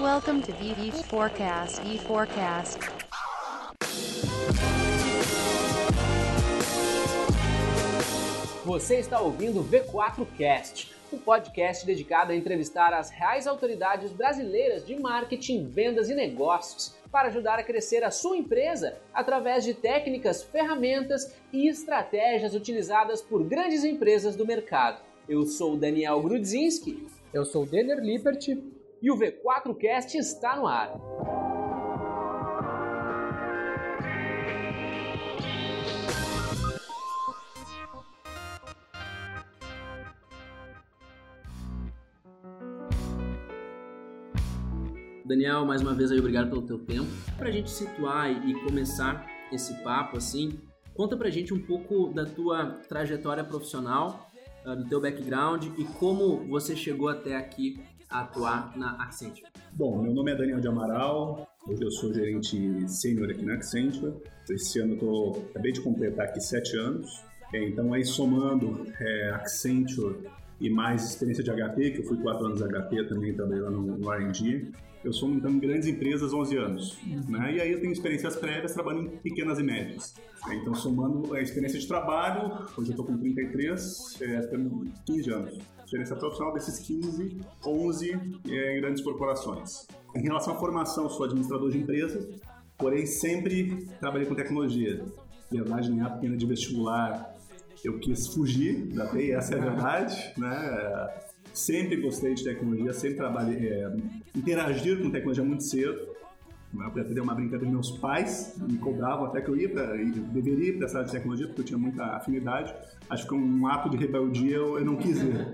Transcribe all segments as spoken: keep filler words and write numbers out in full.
Welcome to V V Forecast. V Forecast. Você está ouvindo o V quatro Cast, um podcast dedicado a entrevistar as reais autoridades brasileiras de marketing, vendas e negócios para ajudar a crescer a sua empresa através de técnicas, ferramentas e estratégias utilizadas por grandes empresas do mercado. Eu sou o Daniel Grudzinski. Eu sou o Denner Lippert. E o V quatro Cast está no ar. Daniel, mais uma vez aí, obrigado pelo teu tempo. Pra gente situar e começar esse papo, assim, conta pra gente um pouco da tua trajetória profissional, do teu background e como você chegou até aqui a atuar na Accenture. Bom, meu nome é Daniel de Amaral, hoje eu sou gerente sênior aqui na Accenture. Esse ano eu tô, acabei de completar aqui sete anos, então aí somando é, Accenture e mais experiência de H P, que eu fui quatro anos H P também, trabalhei lá no, no R and D. Eu sou, então, em grandes empresas, onze anos. Né? E aí eu tenho experiências prévias trabalhando em pequenas e médias. Então, somando a experiência de trabalho, hoje eu estou com trinta e três, é, tenho quinze anos. Experiência profissional desses quinze, onze é, em grandes corporações. Em relação à formação, sou administrador de empresas, porém sempre trabalhei com tecnologia. Na verdade, na época de vestibular, eu quis fugir da T I, essa é a verdade, né? Sempre gostei de tecnologia, sempre trabalhei, é, interagir com tecnologia muito cedo. Eu até dei uma brincadeira, meus pais me cobravam até que eu ia pra, eu deveria ir para essa área de tecnologia, porque eu tinha muita afinidade. Acho que foi um ato de rebeldia, eu, eu não quis ir.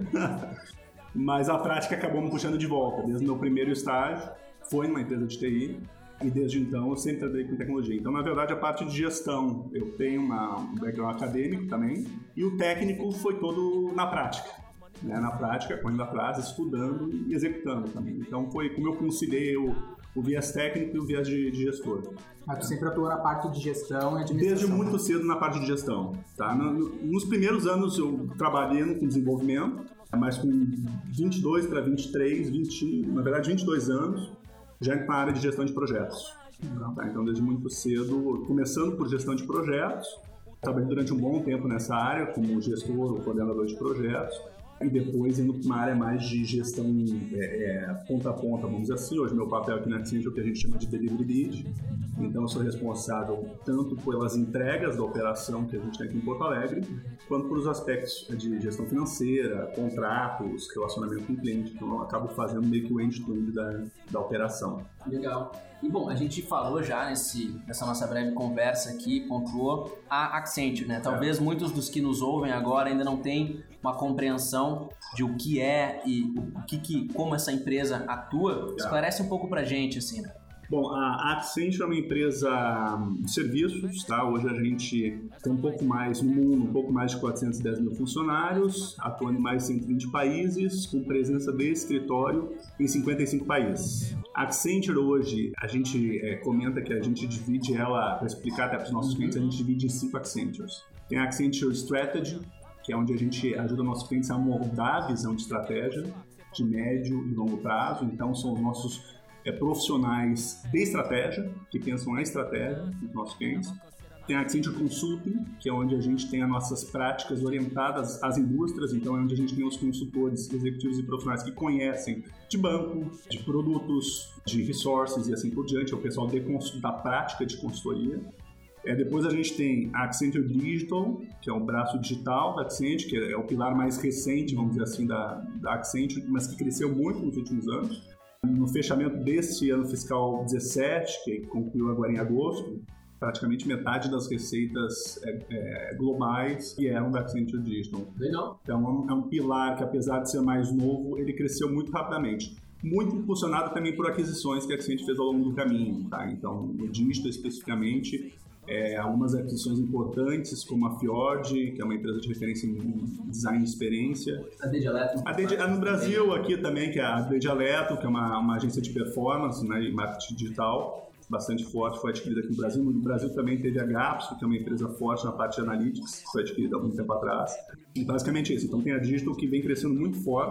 Mas a prática acabou me puxando de volta. Desde o meu primeiro estágio, foi numa empresa de T I, e desde então eu sempre trabalhei com tecnologia. Então, na verdade, a parte de gestão, eu tenho uma, um background acadêmico também, e o técnico foi todo na prática. Né, na prática, correndo atrás, estudando e executando também. Então foi como eu conciliei o, o viés técnico e o viés de, de gestor. Mas tu sempre atuou na parte de gestão e administração? Desde muito cedo na parte de gestão. Tá? No, nos primeiros anos eu trabalhei com desenvolvimento, mas com vinte e dois para vinte e três, vinte, na verdade vinte e dois anos, já na área de gestão de projetos. Tá? Então desde muito cedo, começando por gestão de projetos, trabalhei durante um bom tempo nessa área como gestor ou coordenador de projetos, e depois indo para uma área mais de gestão é, é, ponta a ponta, vamos dizer assim. Hoje meu papel aqui na Accenture é o que a gente chama de Delivery Lead, então eu sou responsável tanto pelas entregas da operação que a gente tem aqui em Porto Alegre, quanto pelos aspectos de gestão financeira, contratos, relacionamento com o cliente. Então eu acabo fazendo meio que o end-to-end da, da operação. Legal. E bom, a gente falou já nesse, nessa nossa breve conversa aqui, pontuou a Accenture, né? Talvez é. muitos dos que nos ouvem agora ainda não tenham uma compreensão de o que é e o que, que como essa empresa atua. É. Esclarece um pouco pra gente, assim, né? Bom, a Accenture é uma empresa de serviços, tá? Hoje a gente tem um pouco mais no mundo, um pouco mais de quatrocentos e dez mil funcionários, atuando em mais de cento e vinte países, com presença de escritório em cinquenta e cinco países. A Accenture hoje, a gente é, comenta que a gente divide ela, para explicar até para os nossos clientes, a gente divide em cinco Accentures. Tem a Accenture Strategy, que é onde a gente ajuda nossos clientes a moldar a visão de estratégia de médio e longo prazo. Então são os nossos É, profissionais de estratégia, que pensam na estratégia dos nossos clientes. Tem a Accenture Consulting, que é onde a gente tem as nossas práticas orientadas às indústrias, então é onde a gente tem os consultores, executivos e profissionais que conhecem de banco, de produtos, de resources e assim por diante, é o pessoal de, da prática de consultoria. É, depois a gente tem a Accenture Digital, que é o braço digital da Accenture, que é o pilar mais recente, vamos dizer assim, da, da Accenture, mas que cresceu muito nos últimos anos. No fechamento deste ano fiscal dezessete, que concluiu agora em agosto, praticamente metade das receitas é, é, globais vieram da Accenture Digital. Legal. Então é um, é um pilar que, apesar de ser mais novo, ele cresceu muito rapidamente. Muito impulsionado também por aquisições que a Accenture fez ao longo do caminho. Tá? Então, no Digital especificamente, É, algumas aquisições importantes, como a Fjord, que é uma empresa de referência em design e experiência. A D J Electro. A D J, no Brasil, aqui também, que é a D J Electro, que é uma, uma agência de performance, né, e marketing digital, bastante forte, foi adquirida aqui no Brasil. No Brasil também teve a Gapso, que é uma empresa forte na parte de analytics, que foi adquirida há muito tempo atrás. E basicamente isso. Então tem a Digital, que vem crescendo muito forte,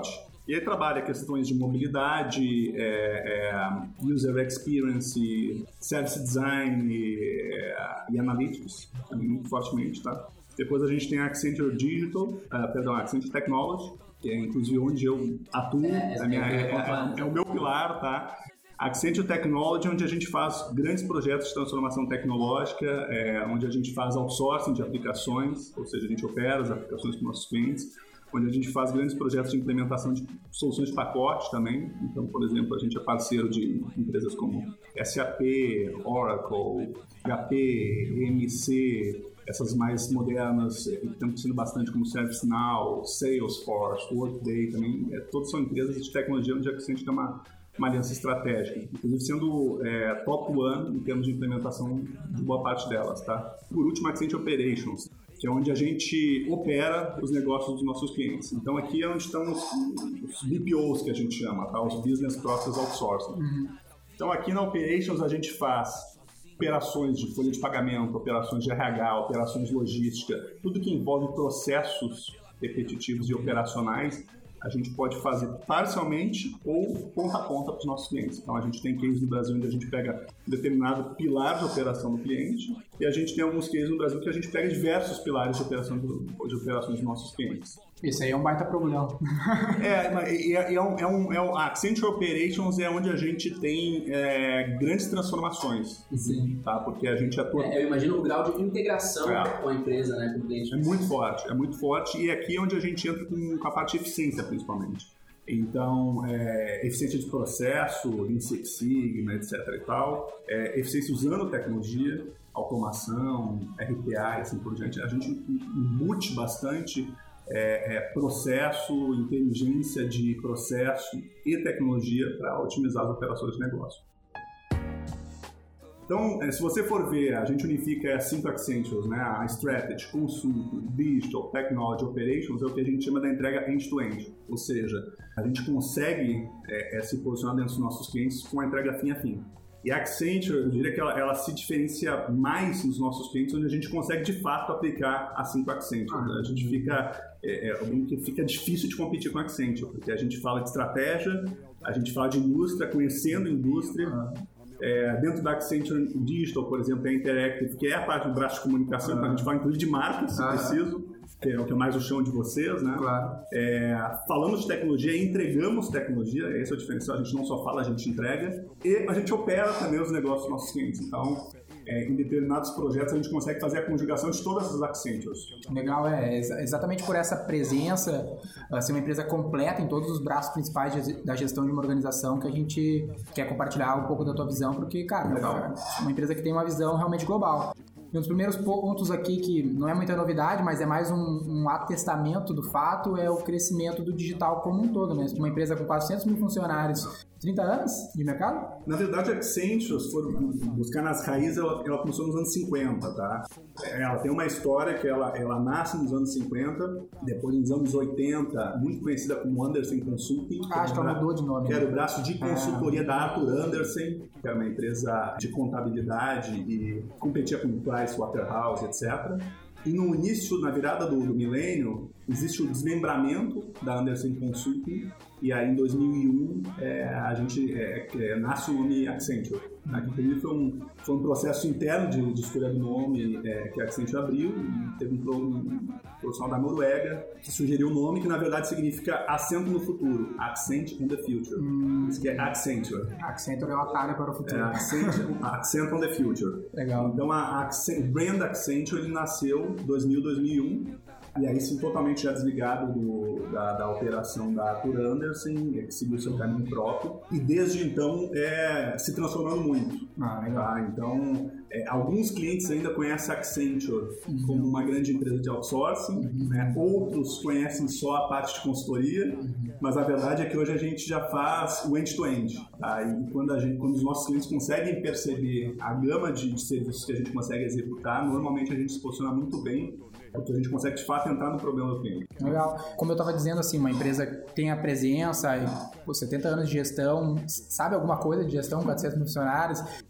E aí trabalha questões de mobilidade, é, é, user experience, service design e, e analytics, também muito fortemente, tá? Depois a gente tem a Accenture Digital, uh, perdão, a Accenture Technology, que é inclusive onde eu atuo, é, é, minha, é, é, é o meu pilar, tá? A Accenture Technology, onde a gente faz grandes projetos de transformação tecnológica, é, onde a gente faz outsourcing de aplicações, ou seja, a gente opera as aplicações com nossos clientes, onde a gente faz grandes projetos de implementação de soluções de pacote também. Então, por exemplo, a gente é parceiro de empresas como S A P, Oracle, H P, M C, essas mais modernas que estão crescendo bastante, como ServiceNow, Salesforce, Workday também. É, todas são empresas de tecnologia onde a Accenture tem uma, uma aliança estratégica, inclusive sendo é, top one em termos de implementação de boa parte delas. Tá? Por último, a Accenture Operations, que é onde a gente opera os negócios dos nossos clientes. Então, aqui é onde estão os, os B P Os, que a gente chama, tá? Os Business Process Outsourcing. Uhum. Então, aqui na Operations, a gente faz operações de folha de pagamento, operações de R H, operações de logística, tudo que envolve processos repetitivos e operacionais, a gente pode fazer parcialmente ou ponta a ponta para os nossos clientes. Então, a gente tem cases no Brasil onde a gente pega um determinado pilar de operação do cliente e a gente tem alguns cases no Brasil que a gente pega diversos pilares de, operação do, de operações dos nossos clientes. Isso aí é um baita problema. é, é, é, um, é, um, é um, a Accenture Operations é onde a gente tem é, grandes transformações. Sim. Tá? Porque a gente atua... É, eu imagino o grau de integração é. com a empresa, né, com o cliente. É muito forte, é muito forte e é aqui onde a gente entra com, com a parte de eficiência, principalmente. Então, é, eficiência de processo, Lean Six Sigma, etc e tal, é, eficiência usando tecnologia, automação, R P A e assim por diante. A gente embute bastante É, é, processo, inteligência de processo e tecnologia para otimizar as operações de negócio. Então, é, se você for ver, a gente unifica as cinco Accentures, né? A Strategy, Consulting, Digital, Technology, Operations, é o que a gente chama da entrega end-to-end. Ou seja, a gente consegue é, é, se posicionar dentro dos nossos clientes com a entrega fim a fim. E a Accenture, eu diria que ela, ela se diferencia mais nos nossos clientes, onde a gente consegue, de fato, aplicar a cinco Accenture. Ah, a gente fica, é, é, fica difícil de competir com a Accenture, porque a gente fala de estratégia, a gente fala de indústria, conhecendo a indústria. Ah. É, dentro da Accenture Digital, por exemplo, é a Interactive, que é a parte do braço de comunicação, ah. então a gente fala inclusive de marketing, se ah. preciso. Que é o que é mais o chão de vocês, né? Claro. É, falamos de tecnologia e entregamos tecnologia, esse é o diferencial, a gente não só fala, a gente entrega, e a gente opera também os negócios dos nossos clientes. Então, é, em determinados projetos, a gente consegue fazer a conjugação de todas as Accentures. Legal, é exatamente por essa presença, ser uma empresa completa em todos os braços principais da gestão de uma organização que a gente quer compartilhar um pouco da tua visão, porque, cara, Legal. é uma empresa que tem uma visão realmente global. E um dos primeiros pontos aqui, que não é muita novidade, mas é mais um, um atestamento do fato, é o crescimento do digital como um todo, né? Uma empresa com quatrocentos mil funcionários, trinta anos de mercado? Na verdade, a Accenture, se for buscar nas raízes, ela, ela começou nos anos cinquenta, tá? Ela tem uma história que ela, ela nasce nos anos cinquenta, depois nos anos oitenta, muito conhecida como Andersen Consulting. Ah, acho que ela mudou de nome. Que era o braço de consultoria é. da Arthur Andersen, que era uma empresa de contabilidade e competia com Price Waterhouse, etcétera. E no início, na virada do, do milênio, existe o desmembramento da Andersen Consulting, e aí em dois mil e um é, a gente é, é, nasce o nome Accenture. Aqui primeiro foi um, foi um processo interno de, de escolha do nome é, que a Accenture abriu, e teve um, um profissional da Noruega que sugeriu o um nome que na verdade significa assento no futuro, Accent on the Future. Hum. Isso que é Accenture. Accenture é o atalho para o futuro. É, Accent, Accent on the Future. Legal. Então a Accent, o brand Accenture ele nasceu em dois mil, dois mil e um. E aí sim, totalmente já desligado do, da, da operação da Arthur Andersen, que seguiu seu caminho próprio, e desde então é, se transformando muito. Ah, legal. Tá? Então, é, alguns clientes ainda conhecem a Accenture uhum. como uma grande empresa de outsourcing, uhum. né? Outros conhecem só a parte de consultoria, uhum. mas a verdade é que hoje a gente já faz o end-to-end. Tá? E quando, a gente, quando os nossos clientes conseguem perceber a gama de, de serviços que a gente consegue executar, normalmente a gente se posiciona muito bem, porque a gente consegue de fato entrar no problema do cliente. Legal. Como eu estava dizendo, assim, uma empresa que tem a presença, pô, setenta anos de gestão, sabe alguma coisa de gestão, quatrocentos mil funcionários,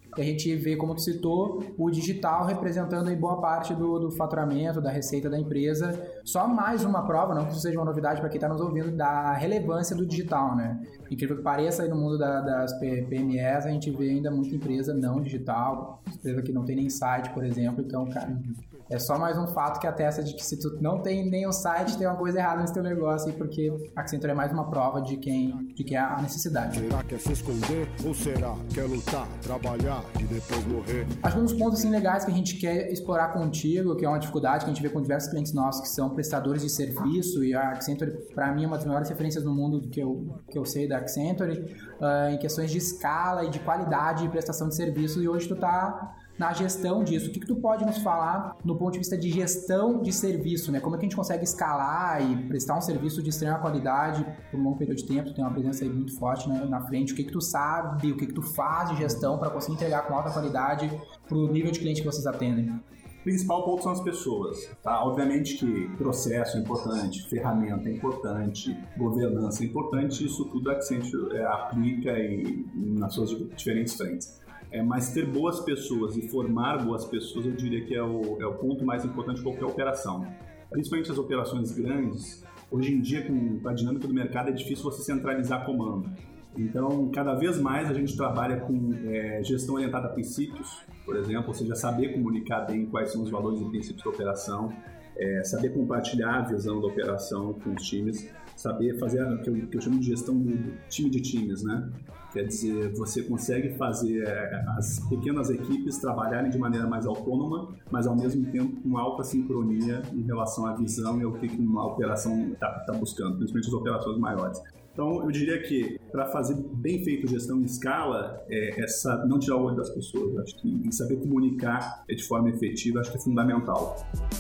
E a gente vê, como tu citou, o digital representando em boa parte do, do faturamento, da receita da empresa. Só mais uma prova, não que isso seja uma novidade para quem está nos ouvindo, da relevância do digital, né? Incrível que pareça, aí no mundo da, das P M Es, a gente vê ainda muita empresa não digital, empresa que não tem nem site, por exemplo. Então, cara, é só mais um fato que atesta de que se tu não tem nem o site, tem uma coisa errada nesse teu negócio, porque a Accenture é mais uma prova de quem, de que é a necessidade. Será que é se esconder ou será que é lutar, trabalhar e depois morrer? Acho que um dos pontos assim, legais que a gente quer explorar contigo, que é uma dificuldade que a gente vê com diversos clientes nossos que são prestadores de serviço, e a Accenture, para mim, é uma das maiores referências no mundo que eu, que eu sei da Accenture, uh, em questões de escala e de qualidade de prestação de serviço, e hoje tu tá na gestão disso. O que, que tu pode nos falar no ponto de vista de gestão de serviço, né? Como é que a gente consegue escalar e prestar um serviço de extrema qualidade por um longo período de tempo? Tu tem uma presença aí muito forte, né, na frente. O que, que tu sabe, o que, que tu faz de gestão para conseguir entregar com alta qualidade pro nível de cliente que vocês atendem? O principal ponto são as pessoas, tá? Obviamente que processo é importante, ferramenta é importante, governança é importante, isso tudo a Accenture é, aplica e, nas suas diferentes frentes. É, mas ter boas pessoas e formar boas pessoas, eu diria que é o, é o ponto mais importante de qualquer operação. Principalmente as operações grandes, hoje em dia, com a dinâmica do mercado, é difícil você centralizar comando. Então, cada vez mais a gente trabalha com é, gestão orientada a princípios, por exemplo, ou seja, saber comunicar bem quais são os valores e princípios da operação, é, saber compartilhar a visão da operação com os times, saber fazer o que eu, que eu chamo de gestão do time de times, né? Quer dizer, você consegue fazer é, as pequenas equipes trabalharem de maneira mais autônoma, mas ao mesmo tempo com alta sincronia em relação à visão e ao que uma operação está tá buscando, principalmente as operações maiores. Então, eu diria que para fazer bem feito gestão em escala, é, essa, não tirar o olho das pessoas, eu acho que e saber comunicar de forma efetiva, acho que é fundamental.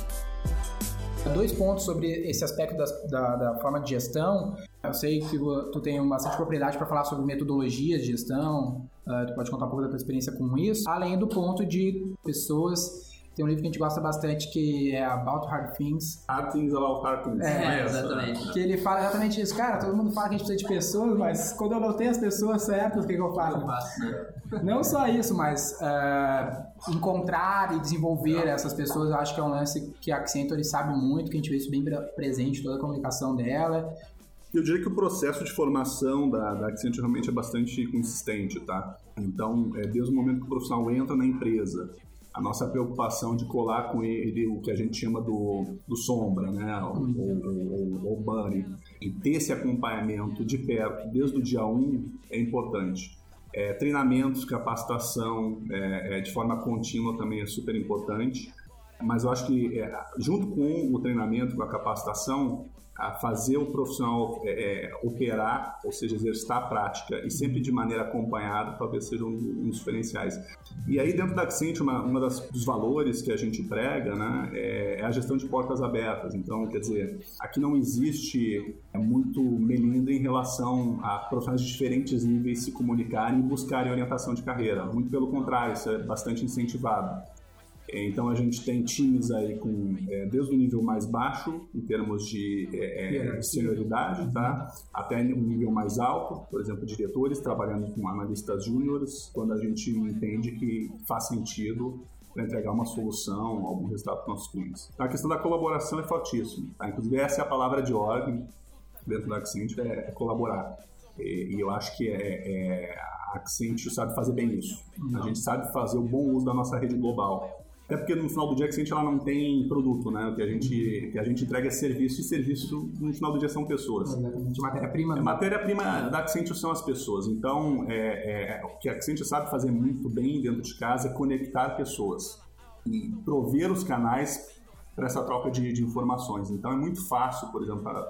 Dois pontos sobre esse aspecto das, da, da forma de gestão. Eu sei que tu tem bastante propriedade para falar sobre metodologias de gestão, uh, tu pode contar um pouco da tua experiência com isso, além do ponto de pessoas. Tem um livro que a gente gosta bastante que é About Hard Things. Hard Things About Hard Things. É, é exatamente. Que ele fala exatamente isso. Cara, todo mundo fala que a gente precisa de pessoas, mas quando eu não tenho as pessoas certas, o que, que eu faço? Eu faço né? Não só isso, mas uh, encontrar e desenvolver essas pessoas, eu acho que é um lance que a Accenture sabe muito, que a gente vê isso bem presente, toda a comunicação dela. Eu diria que o processo de formação da, da Accenture realmente é bastante consistente, tá? Então, é, desde o momento que o profissional entra na empresa, a nossa preocupação de colar com ele o que a gente chama do, do sombra, né? o, o, o, o buddy, e ter esse acompanhamento de perto desde o dia um é importante. É, treinamentos, capacitação é, é, de forma contínua também é super importante, mas eu acho que é, junto com o treinamento, com a capacitação, a fazer o profissional é, é, operar, ou seja, exercitar a prática e sempre de maneira acompanhada, talvez seja um, um dos diferenciais. E aí dentro da Accenture, uma, uma das, dos valores que a gente prega, né, é, é a gestão de portas abertas. Então, quer dizer, aqui não existe é, muito melindre em relação a profissionais de diferentes níveis se comunicarem e buscarem orientação de carreira. Muito pelo contrário, isso é bastante incentivado. Então a gente tem times aí com, é, desde o nível mais baixo, em termos de é, senioridade, tá? Até um nível mais alto, por exemplo, diretores trabalhando com analistas júniores, quando a gente entende que faz sentido para entregar uma solução, algum resultado para os nossos clientes. Então a questão da colaboração é fortíssima, tá? Inclusive essa é a palavra de ordem dentro da Accenture, é, é colaborar. E, e eu acho que é, é, a Accenture sabe fazer bem isso. A gente sabe fazer o bom uso da nossa rede global. Até porque no final do dia a Accenture ela não tem produto, né? O que a gente, que a gente entrega é serviço, e serviço no final do dia são pessoas. Exatamente. Matéria-prima. A matéria-prima da Accenture são as pessoas. Então, é, é, o que a Accenture sabe fazer muito bem dentro de casa é conectar pessoas e prover os canais para essa troca de, de informações. Então, é muito fácil, por exemplo, a,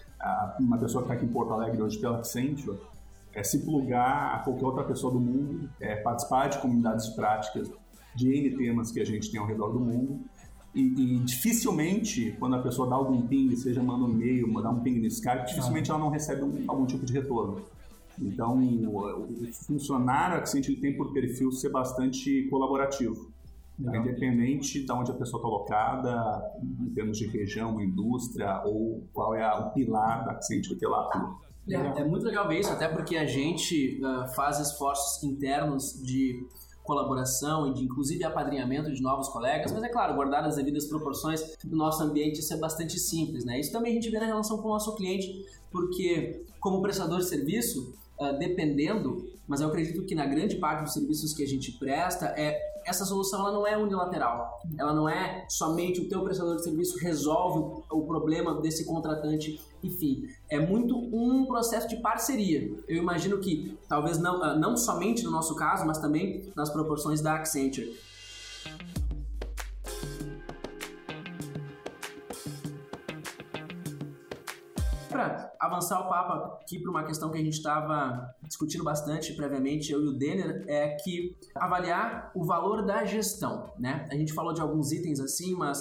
a, uma pessoa que está aqui em Porto Alegre hoje pela Accenture é se plugar a qualquer outra pessoa do mundo, é, participar de comunidades de práticas de N temas que a gente tem ao redor do mundo e, e dificilmente, quando a pessoa dá algum ping, seja manda um e-mail, mandar um ping no Skype, dificilmente ela não recebe um, algum tipo de retorno. Então, o, o funcionário que a gente tem por perfil ser bastante colaborativo, tá? Independente de onde a pessoa está alocada, em termos de região, indústria, ou qual é a, o pilar da Accenture que ela atua. É, é muito legal ver isso, até porque a gente uh, faz esforços internos de colaboração e de inclusive apadrinhamento de novos colegas, mas é claro, guardar as devidas proporções do nosso ambiente, isso é bastante simples, né? Isso também a gente vê na relação com o nosso cliente, porque como prestador de serviço, Uh, dependendo, mas eu acredito que na grande parte dos serviços que a gente presta, é, essa solução ela não é unilateral, ela não é somente o teu prestador de serviço resolve o, o problema desse contratante, enfim, é muito um processo de parceria. Eu imagino que, talvez não, uh, não somente no nosso caso, mas também nas proporções da Accenture. Para avançar o papo aqui para uma questão que a gente estava discutindo bastante previamente, eu e o Denner, é que avaliar o valor da gestão, né? A gente falou de alguns itens assim, mas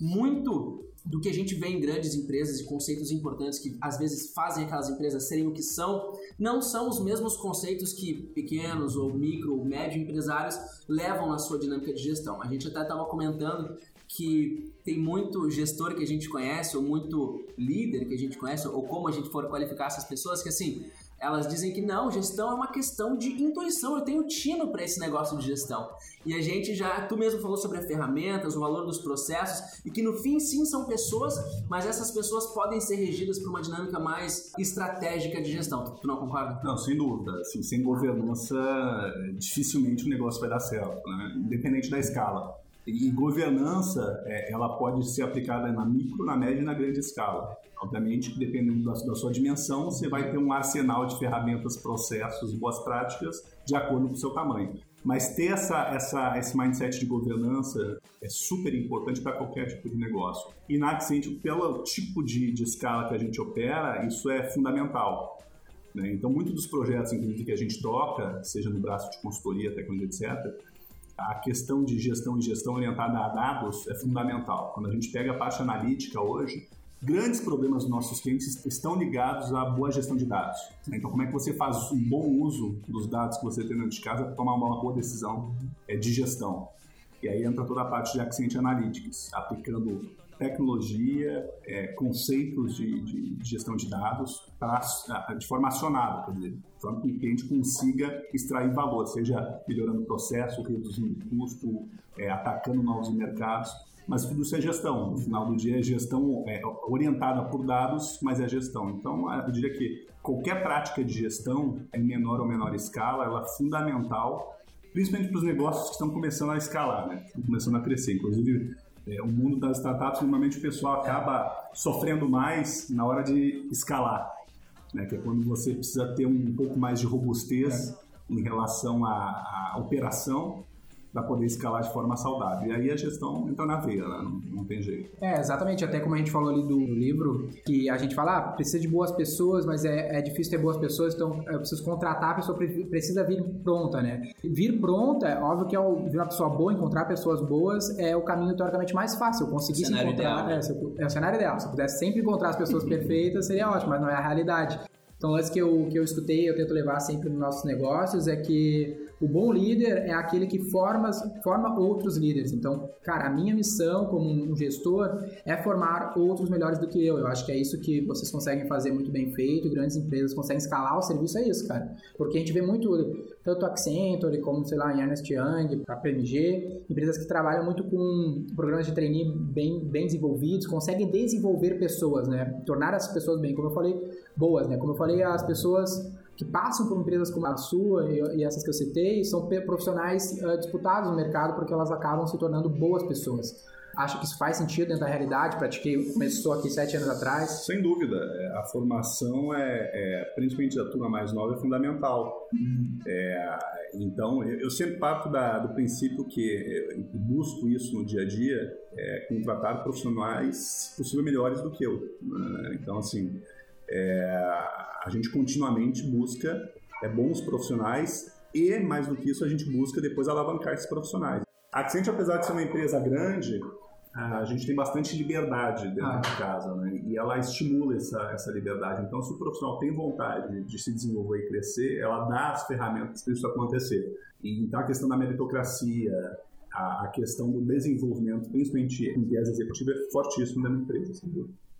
muito do que a gente vê em grandes empresas e conceitos importantes que às vezes fazem aquelas empresas serem o que são, não são os mesmos conceitos que pequenos ou micro ou médio empresários levam na sua dinâmica de gestão. A gente até estava comentando que tem muito gestor que a gente conhece, ou muito líder que a gente conhece, ou como a gente for qualificar essas pessoas, que assim, elas dizem que não, gestão é uma questão de intuição, eu tenho tino para esse negócio de gestão. E a gente já, tu mesmo falou sobre as ferramentas, o valor dos processos, e que no fim sim são pessoas, mas essas pessoas podem ser regidas por uma dinâmica mais estratégica de gestão. Tu não concorda? Não, sem dúvida. Assim, sem governança, dificilmente o negócio vai dar certo, né? Independente da escala. E governança, é, ela pode ser aplicada na micro, na média e na grande escala. Obviamente que dependendo da, da sua dimensão, você vai ter um arsenal de ferramentas, processos e boas práticas de acordo com o seu tamanho. Mas ter essa, essa, esse mindset de governança é super importante para qualquer tipo de negócio. E na Accenture, pelo tipo de, de escala que a gente opera, isso é fundamental. Né? Então, muitos dos projetos inclusive, que a gente toca, seja no braço de consultoria, tecnologia, etcétera, a questão de gestão e gestão orientada a dados é fundamental. Quando a gente pega a parte analítica hoje, grandes problemas dos nossos clientes estão ligados à boa gestão de dados. Então, como é que você faz um bom uso dos dados que você tem dentro de casa para tomar uma boa decisão de gestão? E aí entra toda a parte de Accenture Analytics, aplicando tecnologia, é, conceitos de, de, de gestão de dados pra, de forma acionada, quer dizer, de forma que o cliente consiga extrair valor, seja melhorando o processo, reduzindo o custo, é, atacando novos mercados, mas tudo isso é gestão. No final do dia é gestão é, orientada por dados, mas é gestão. Então, eu diria que qualquer prática de gestão, em menor ou menor escala, ela é fundamental, principalmente para os negócios que estão começando a escalar, né? Estão começando a crescer. Inclusive, É, o mundo das startups, normalmente o pessoal acaba sofrendo mais na hora de escalar, né? Que é quando você precisa ter um pouco mais de robustez é. em relação à, à operação para poder escalar de forma saudável. E aí a gestão entra na veia, né? não, não tem jeito. É, exatamente. Até como a gente falou ali do livro, que a gente fala, ah, precisa de boas pessoas, mas é, é difícil ter boas pessoas, então eu preciso contratar, a pessoa precisa vir pronta, né? Vir pronta, é óbvio que é o, vir uma pessoa boa, encontrar pessoas boas é o caminho teoricamente mais fácil. Eu conseguisse encontrar... Ideal. É, se eu, é o cenário ideal. Se eu pudesse sempre encontrar as pessoas perfeitas, seria ótimo, mas não é a realidade. Então, o que eu, que eu escutei, eu tento levar sempre nos nossos negócios, é que o bom líder é aquele que forma, forma outros líderes. Então, cara, a minha missão como um gestor é formar outros melhores do que eu. Eu acho que é isso que vocês conseguem fazer muito bem feito, grandes empresas conseguem escalar o serviço, é isso, cara. Porque a gente vê muito, tanto a Accenture como, sei lá, em Ernst Young, a P M G, empresas que trabalham muito com programas de trainee bem, bem desenvolvidos, conseguem desenvolver pessoas, né? Tornar as pessoas bem, como eu falei, boas, né? Como eu falei, as pessoas que passam por empresas como a sua e, e essas que eu citei são profissionais uh, disputados no mercado porque elas acabam se tornando boas pessoas. Acho que isso faz sentido dentro da realidade, pratiquei, começou aqui sete anos atrás. Sem dúvida, a formação, é, é principalmente da turma mais nova, é fundamental. Uhum. É, então, eu, eu sempre parto da, do princípio que eu busco isso no dia a dia, é contratar profissionais possível melhores do que eu. Né? Então, assim, é, a gente continuamente busca é, bons profissionais e, mais do que isso, a gente busca depois alavancar esses profissionais. A Accenture, apesar de ser uma empresa grande, a gente tem bastante liberdade dentro ah. de casa, né? E ela estimula essa, essa liberdade. Então, se o profissional tem vontade de se desenvolver e crescer, ela dá as ferramentas para isso acontecer. E, então, a questão da meritocracia, a, a questão do desenvolvimento, principalmente em viés executivo, é fortíssimo dentro da empresa. Assim.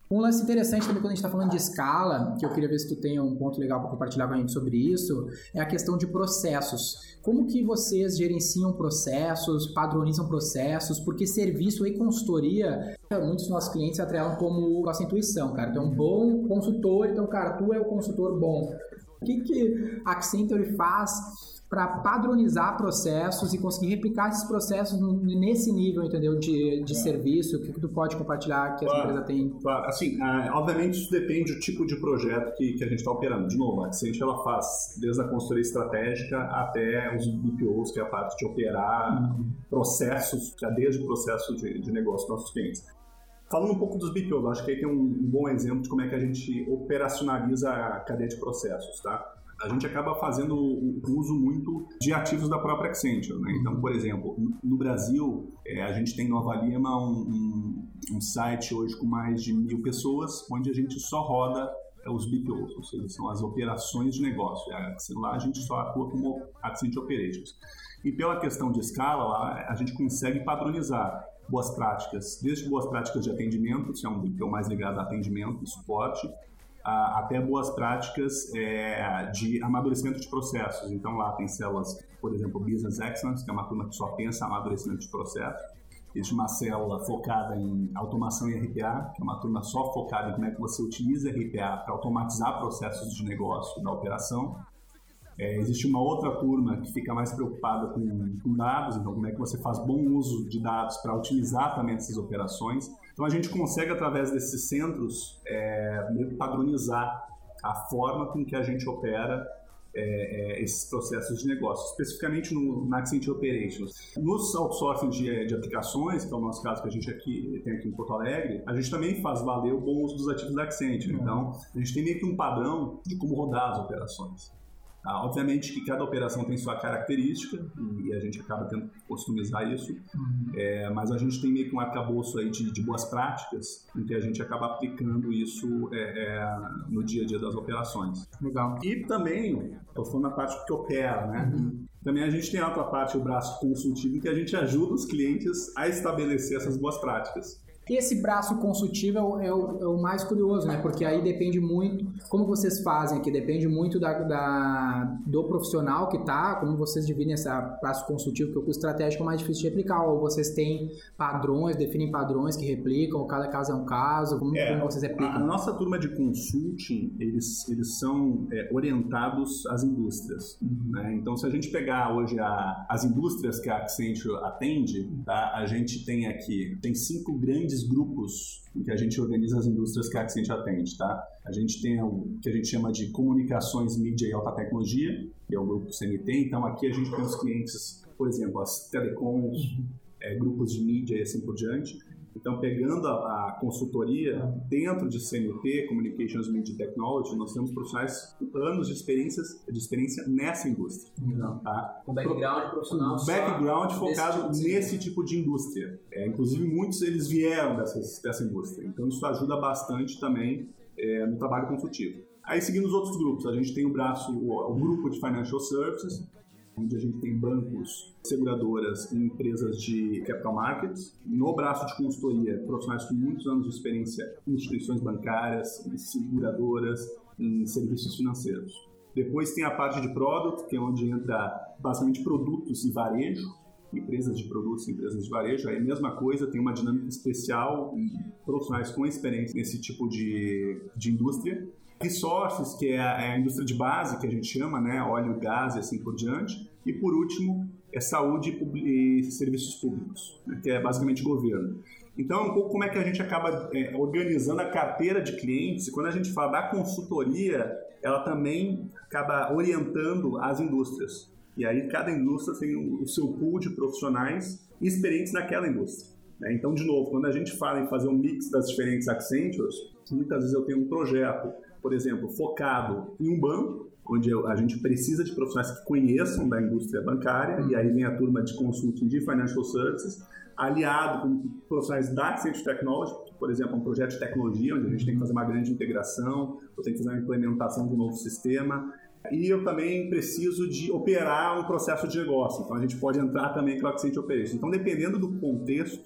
Um lance interessante também quando a gente está falando de escala, que eu queria ver se tu tem um ponto legal para compartilhar com a gente sobre isso, é a questão de processos. Como que vocês gerenciam processos, padronizam processos? Porque serviço e consultoria, muitos dos nossos clientes atrelam como nossa intuição, cara. Tu é um bom consultor, então, cara, tu é o consultor bom. O que que a Accenture faz para padronizar processos e conseguir replicar esses processos nesse nível, entendeu, de, de é. serviço? O que, que tu pode compartilhar que essa claro, empresa tem? Claro, assim, uh, obviamente isso depende do tipo de projeto que, que a gente está operando. De novo, a Accenture ela faz desde a consultoria estratégica até os B P Os, que é a parte de operar uhum. processos, cadeias de processo de, de negócio dos nossos clientes. Falando um pouco dos B P Os, acho que aí tem um, um bom exemplo de como é que a gente operacionaliza a cadeia de processos, tá? A gente acaba fazendo o uso muito de ativos da própria Accenture, né? Então, por exemplo, no Brasil, é, a gente tem em Nova Lima um, um, um site hoje com mais de mil pessoas, onde a gente só roda é, os B P Os, ou seja, são as operações de negócio. Lá a gente só atua como Accenture Operations. E pela questão de escala, lá a gente consegue padronizar boas práticas, desde boas práticas de atendimento, que é um B P O mais ligado a atendimento e suporte, até boas práticas é, de amadurecimento de processos. Então lá tem células, por exemplo, Business Excellence, que é uma turma que só pensa amadurecimento de processo. Existe uma célula focada em automação e R P A, que é uma turma só focada em como é que você utiliza R P A para automatizar processos de negócio da operação. É, existe uma outra turma que fica mais preocupada com, com dados, então como é que você faz bom uso de dados para otimizar também essas operações. Então a gente consegue, através desses centros, é, meio que padronizar a forma com que a gente opera é, é, esses processos de negócio, especificamente no, na Accenture Operations. Nos outsourcing de, de aplicações, que é o nosso caso que a gente aqui, tem aqui em Porto Alegre, a gente também faz valer o bom uso dos ativos da Accenture. Então a gente tem meio que um padrão de como rodar as operações. Ah, obviamente que cada operação tem sua característica e a gente acaba tendo que customizar isso, uhum. é, mas a gente tem meio que um arcabouço aí de, de boas práticas em que a gente acaba aplicando isso é, é, no dia a dia das operações. Legal. E também, eu estou na parte que opera, né? Uhum. Também a gente tem a outra parte, o braço consultivo, em que a gente ajuda os clientes a estabelecer essas boas práticas. Esse braço consultivo é o, é, o, é o mais curioso, né? Porque aí depende muito, como vocês fazem aqui, depende muito da, da, do profissional que tá, como vocês dividem esse braço consultivo, que o estratégico é mais difícil de replicar, ou vocês têm padrões, definem padrões que replicam, ou cada caso é um caso, como, é, como vocês replicam? A, a nossa turma de consulting, eles, eles são é, orientados às indústrias, uhum. né? Então, se a gente pegar hoje a, as indústrias que a Accenture atende, tá? A gente tem aqui, tem cinco grandes grupos em que a gente organiza as indústrias que a Accenture atende, tá? A gente tem o que a gente chama de comunicações, mídia e alta tecnologia, que é o grupo C M T. Então aqui a gente tem os clientes, por exemplo, as telecoms, uhum. é, grupos de mídia e assim por diante. Então, pegando a, a consultoria dentro de C M T, Communications Media Technology, nós temos profissionais com anos de, experiências, de experiência nessa indústria. Uhum. Tá? Com background profissional. Um background focado nesse tipo, nesse tipo de indústria. É, inclusive, muitos eles vieram dessas, dessa indústria. Então, isso ajuda bastante também é, no trabalho consultivo. Aí, seguindo os outros grupos, a gente tem o braço, o, o grupo de Financial Services, onde a gente tem bancos, seguradoras e empresas de capital markets. No braço de consultoria, profissionais com muitos anos de experiência em instituições bancárias, em seguradoras, em serviços financeiros. Depois tem a parte de product, que é onde entra basicamente produtos e varejo, empresas de produtos e empresas de varejo. Aí a mesma coisa, tem uma dinâmica especial e profissionais com experiência nesse tipo de, de indústria. Resources, que é a, é a indústria de base, que a gente chama, né? Óleo, gás e assim por diante. E, por último, é saúde e, e serviços públicos, né? Que é basicamente governo. Então, é um pouco como é que a gente acaba é, organizando a carteira de clientes. E quando a gente fala da consultoria, ela também acaba orientando as indústrias. E aí, cada indústria tem o, o seu pool de profissionais experientes naquela indústria. Né? Então, de novo, quando a gente fala em fazer um mix das diferentes Accentures, muitas vezes eu tenho um projeto, por exemplo, focado em um banco, onde a gente precisa de profissionais que conheçam da indústria bancária, e aí vem a turma de consulting de Financial Services, aliado com profissionais da Accenture Technology, por exemplo, um projeto de tecnologia, onde a gente tem que fazer uma grande integração, eu tenho que fazer uma implementação de um novo sistema, e eu também preciso de operar um processo de negócio, então a gente pode entrar também com a Accenture Operations. Então, dependendo do contexto,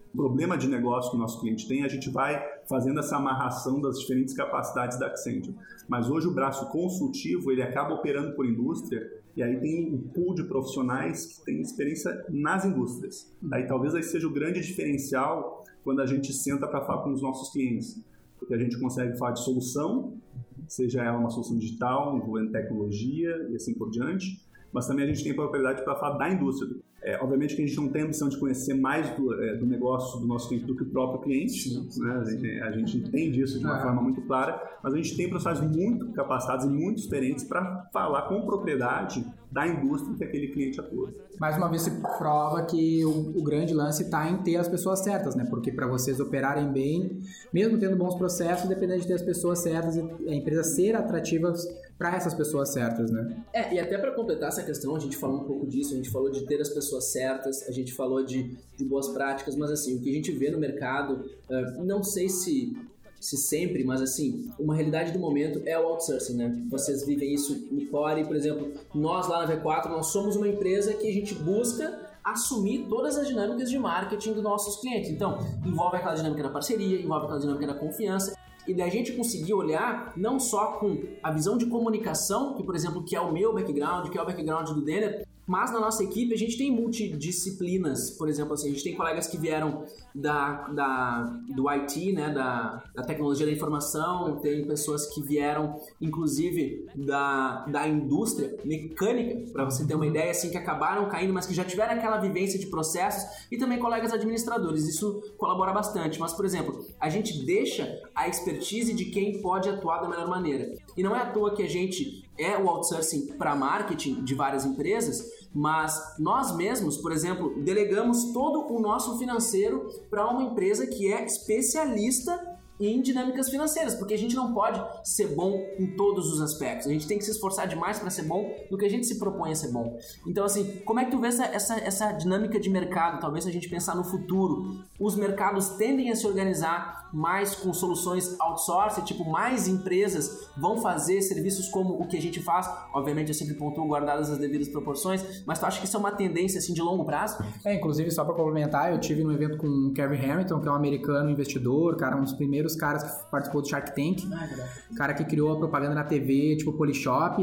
o problema de negócio que o nosso cliente tem, a gente vai fazendo essa amarração das diferentes capacidades da Accenture. Mas hoje o braço consultivo, ele acaba operando por indústria, e aí tem um pool de profissionais que tem experiência nas indústrias. Aí talvez aí seja o grande diferencial quando a gente senta para falar com os nossos clientes. Porque a gente consegue falar de solução, seja ela uma solução digital, envolvendo tecnologia e assim por diante, mas também a gente tem propriedade para falar da indústria. É, obviamente que a gente não tem a ambição de conhecer mais do, é, do negócio do nosso cliente do que o próprio cliente, né? a, gente, a gente entende isso de uma é. forma muito clara, mas a gente tem profissionais muito capacitados e muito experientes para falar com propriedade da indústria que aquele cliente atua. Mais uma vez se prova que o, o grande lance está em ter as pessoas certas, né? Porque para vocês operarem bem, mesmo tendo bons processos, depende de ter as pessoas certas e a empresa ser atrativa para essas pessoas certas, né? É, e até para completar essa questão, a gente falou um pouco disso, a gente falou de ter as pessoas certas, a gente falou de, de boas práticas, mas assim, o que a gente vê no mercado, uh, não sei se, se sempre, mas assim, uma realidade do momento é o outsourcing, né? Vocês vivem isso no Core, por exemplo, nós lá na V quatro, nós somos uma empresa que a gente busca assumir todas as dinâmicas de marketing dos nossos clientes. Então, envolve aquela dinâmica da parceria, envolve aquela dinâmica da confiança, e daí a gente conseguir olhar não só com a visão de comunicação, que por exemplo, que é o meu background, que é o background do Denner, mas na nossa equipe a gente tem multidisciplinas. Por exemplo, assim, a gente tem colegas que vieram da, da, do I T, né, da, da tecnologia da informação, tem pessoas que vieram, inclusive, da, da indústria mecânica, para você ter uma ideia, assim, que acabaram caindo, mas que já tiveram aquela vivência de processos, e também colegas administradores. Isso colabora bastante. Mas, por exemplo, a gente deixa a expertise de quem pode atuar da melhor maneira. E não é à toa que a gente é o outsourcing para marketing de várias empresas, mas nós mesmos, por exemplo, delegamos todo o nosso financeiro para uma empresa que é especialista em dinâmicas financeiras, porque a gente não pode ser bom em todos os aspectos, a gente tem que se esforçar demais para ser bom do que a gente se propõe a ser bom. Então, assim, como é que tu vê essa, essa, essa dinâmica de mercado? Talvez se a gente pensar no futuro, os mercados tendem a se organizar mais com soluções outsourcing, tipo, mais empresas vão fazer serviços como o que a gente faz, obviamente eu sempre pontuo guardadas as devidas proporções, mas tu acha que isso é uma tendência, assim, de longo prazo? É, inclusive, só para complementar, eu tive num evento com o Kevin Hamilton, que é um americano investidor, cara, um dos primeiros caras que participou do Shark Tank, ah, cara que criou a propaganda na T V, tipo Polishop,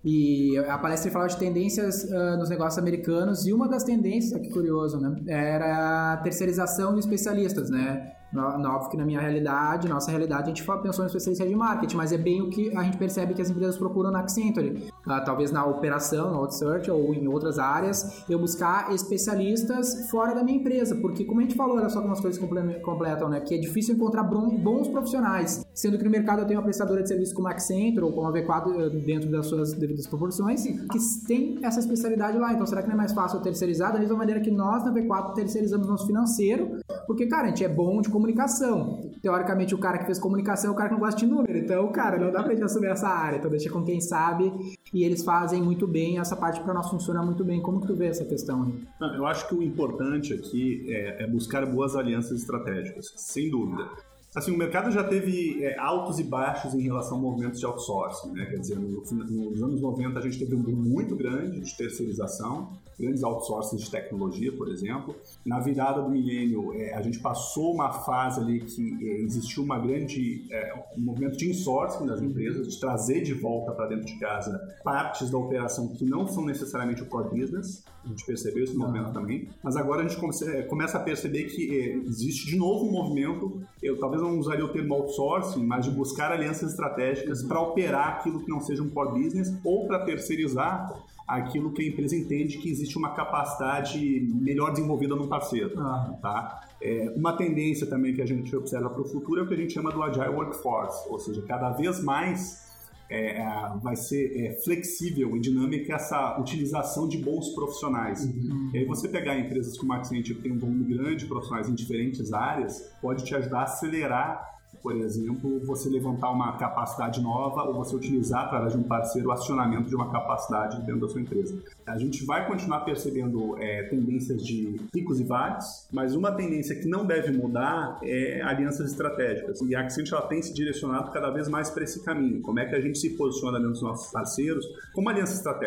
e a palestra ele falava de tendências uh, nos negócios americanos, e uma das tendências, que curioso, né, era a terceirização de especialistas, né? Óbvio que na minha realidade, nossa realidade, a gente pensou em especialista de marketing, mas é bem o que a gente percebe que as empresas procuram na Accenture. Uh, talvez na operação, no outsourcing ou em outras áreas, eu buscar especialistas fora da minha empresa, porque como a gente falou, era só algumas coisas que completam, né? Que é difícil encontrar bons profissionais, sendo que no mercado eu tenho uma prestadora de serviço como a Accenture ou como a V quatro dentro das suas devidas proporções, que tem essa especialidade lá. Então será que não é mais fácil eu terceirizar da mesma maneira que nós na V quatro terceirizamos nosso financeiro? Porque, cara, a gente é bom de comunicação. Teoricamente, o cara que fez comunicação é o cara que não gosta de número. Então, cara, não dá pra gente assumir essa área. Então, deixa com quem sabe. E eles fazem muito bem. Essa parte pra nós funciona muito bem. Como que tu vê essa questão aí? Não, eu acho que o importante aqui é, é buscar boas alianças estratégicas. Sem dúvida. Assim, o mercado já teve é, altos e baixos em relação a movimentos de outsourcing, né? Quer dizer, no, nos anos noventa a gente teve um boom muito grande de terceirização, grandes outsourcings de tecnologia, por exemplo. Na virada do milênio, é, a gente passou uma fase ali que é, existiu uma grande, é, um movimento de insourcing das empresas, de trazer de volta para dentro de casa partes da operação que não são necessariamente o core business. A gente percebeu esse movimento ah. também. Mas agora a gente come- começa a perceber que é, existe de novo um movimento, eu talvez não usaria o termo outsourcing, mas de buscar alianças estratégicas para operar aquilo que não seja um core business ou para terceirizar aquilo que a empresa entende que existe uma capacidade melhor desenvolvida num parceiro. Ah. Tá? É, uma tendência também que a gente observa para o futuro é o que a gente chama do Agile Workforce, ou seja, cada vez mais é, vai ser é, flexível e dinâmica essa utilização de bons profissionais. Uhum. E aí você pegar empresas como a Accenture, que tem um volume grande de profissionais em diferentes áreas, pode te ajudar a acelerar, por exemplo, você levantar uma capacidade nova ou você utilizar, através de um parceiro, o acionamento de uma capacidade dentro da sua empresa. A gente vai continuar percebendo é, tendências de picos e vales, mas uma tendência que não deve mudar é alianças estratégicas. E a Accenture ela tem se direcionado cada vez mais para esse caminho. Como é que a gente se posiciona dentro dos nossos parceiros como aliança estratégica?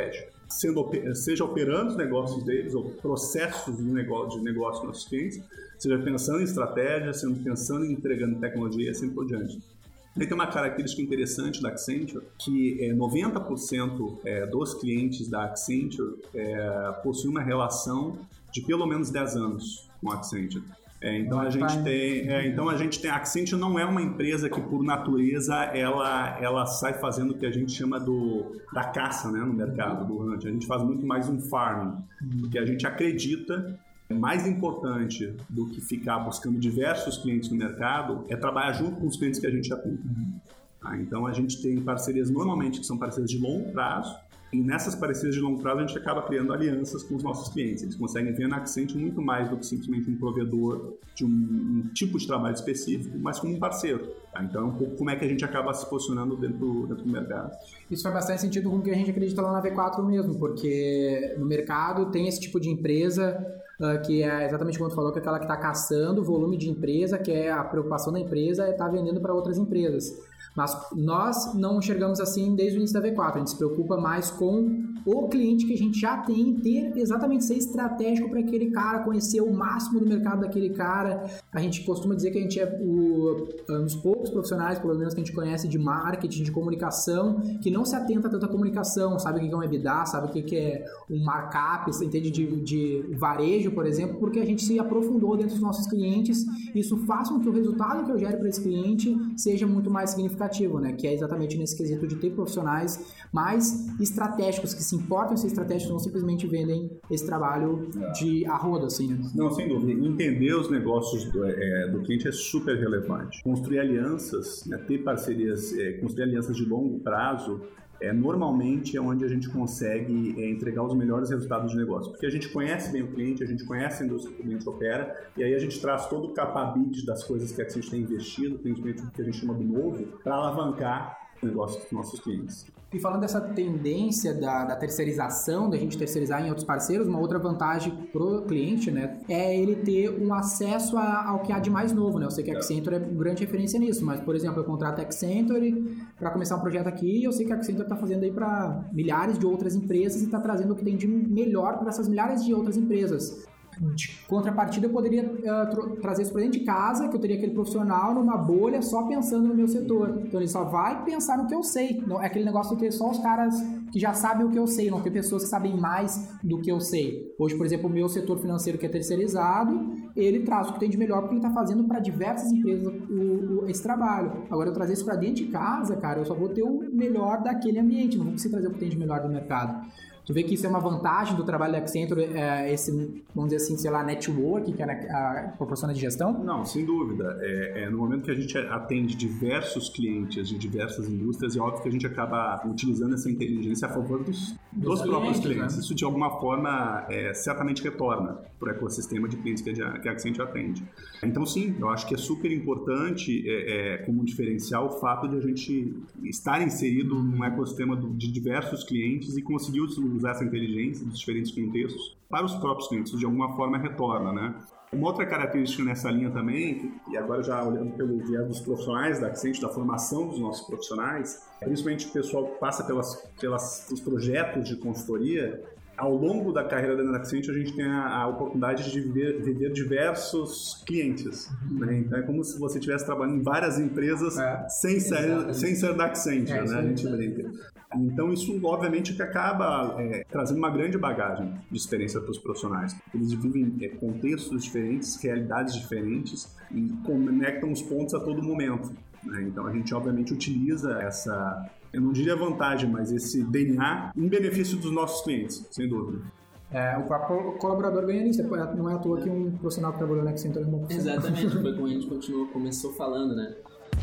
sendo, seja operando os negócios deles, ou processos de negócio, de negócio dos nossos clientes, seja pensando em estratégia, seja pensando em entregando tecnologia e assim por diante. Aí tem uma característica interessante da Accenture, que é, noventa por cento é, dos clientes da Accenture é, possuem uma relação de pelo menos dez anos com a Accenture. É, então, a gente tem, é, então a gente tem, a Accenture não é uma empresa que por natureza ela, ela sai fazendo o que a gente chama do, da caça, né, no mercado, do hunt. A gente faz muito mais um farming, porque a gente acredita mais importante do que ficar buscando diversos clientes no mercado é trabalhar junto com os clientes que a gente atende. Ah, então a gente tem parcerias normalmente que são parcerias de longo prazo, e nessas parcerias de longo prazo a gente acaba criando alianças com os nossos clientes. Eles conseguem ver na Accenture muito mais do que simplesmente um provedor de um, um tipo de trabalho específico, mas como um parceiro. Tá? Então é um pouco como é que a gente acaba se posicionando dentro, dentro do mercado. Isso faz bastante sentido com o que a gente acredita lá na V quatro mesmo, porque no mercado tem esse tipo de empresa uh, que é exatamente como tu falou, que é aquela que está caçando volume de empresa, que é a preocupação da empresa é estar vendendo para outras empresas. Mas nós não enxergamos assim desde o início da V quatro, a gente se preocupa mais com o cliente que a gente já tem, ter exatamente ser estratégico para aquele cara, conhecer o máximo do mercado daquele cara. A gente costuma dizer que a gente é o, um dos poucos profissionais, pelo menos que a gente conhece de marketing, de comunicação, que não se atenta tanto à comunicação, sabe o que é um EBITDA, sabe o que é um markup, você entende de, de varejo, por exemplo, porque a gente se aprofundou dentro dos nossos clientes, isso faz com que o resultado que eu gere para esse cliente seja muito mais significativo, né? Que é exatamente nesse quesito de ter profissionais mais estratégicos, que se importam em ser estratégicos, não simplesmente vendem esse trabalho de arrodo, assim, né? Não, sem dúvida. Entender os negócios do, é, do cliente é super relevante. Construir alianças, né, ter parcerias, é, construir alianças de longo prazo, é, normalmente é onde a gente consegue é, entregar os melhores resultados de negócio. Porque a gente conhece bem o cliente, a gente conhece a indústria que o cliente opera, e aí a gente traz todo o capability das coisas que a gente tem investido, principalmente o que a gente chama do novo, para alavancar o negócio dos nossos clientes. E falando dessa tendência da, da terceirização, da gente terceirizar em outros parceiros, uma outra vantagem pro cliente, né, é ele ter um acesso a, ao que há de mais novo, né? Eu sei que a Accenture é grande referência nisso, mas, por exemplo, eu contrato a Accenture para começar um projeto aqui e eu sei que a Accenture está fazendo aí para milhares de outras empresas e está trazendo o que tem de melhor para essas milhares de outras empresas. De contrapartida, eu poderia uh, tra- trazer isso para dentro de casa, que eu teria aquele profissional numa bolha só pensando no meu setor. Então ele só vai pensar no que eu sei. Não, é aquele negócio de ter só os caras que já sabem o que eu sei, não ter pessoas que sabem mais do que eu sei. Hoje, por exemplo, o meu setor financeiro que é terceirizado, ele traz o que tem de melhor porque ele está fazendo para diversas empresas o, o, esse trabalho. Agora, eu trazer isso para dentro de casa, cara, eu só vou ter o melhor daquele ambiente, não vou conseguir trazer o que tem de melhor do mercado. Tu vê que isso é uma vantagem do trabalho da Accenture, é, esse, vamos dizer assim, sei lá, network que a, a proporciona de gestão? Não, sem dúvida. É, é, no momento que a gente atende diversos clientes de diversas indústrias, é óbvio que a gente acaba utilizando essa inteligência a favor dos, dos, dos próprios clientes. clientes. Né? Isso, de alguma forma, é, certamente retorna para o ecossistema de clientes que a, que a Accenture atende. Então, sim, eu acho que é super importante, é, é, como um diferencial, o fato de a gente estar inserido num ecossistema do, de diversos clientes e conseguir usar essa inteligência dos diferentes contextos para os próprios clientes, de alguma forma retorna, né? Uma outra característica nessa linha também, e agora já olhando pelo viés dos profissionais da Accenture, da formação dos nossos profissionais, principalmente o pessoal que passa pelas, pelas, pelos projetos de consultoria, ao longo da carreira da Accenture a gente tem a, a oportunidade de viver, viver diversos clientes, né? Então é como se você estivesse trabalhando em várias empresas é, sem, ser, sem ser da Accenture, é, né? A gente brinca. Então isso obviamente que acaba é, trazendo uma grande bagagem de experiência para os profissionais. Eles vivem é, contextos diferentes, realidades diferentes e conectam os pontos a todo momento, né? Então a gente obviamente utiliza essa, eu não diria vantagem, mas esse D N A em benefício dos nossos clientes, sem dúvida. É, o próprio colaborador ganha nisso, não é à toa que um profissional que trabalhou na Accenture é uma profissional. Exatamente, foi como a gente continuou, começou falando, né?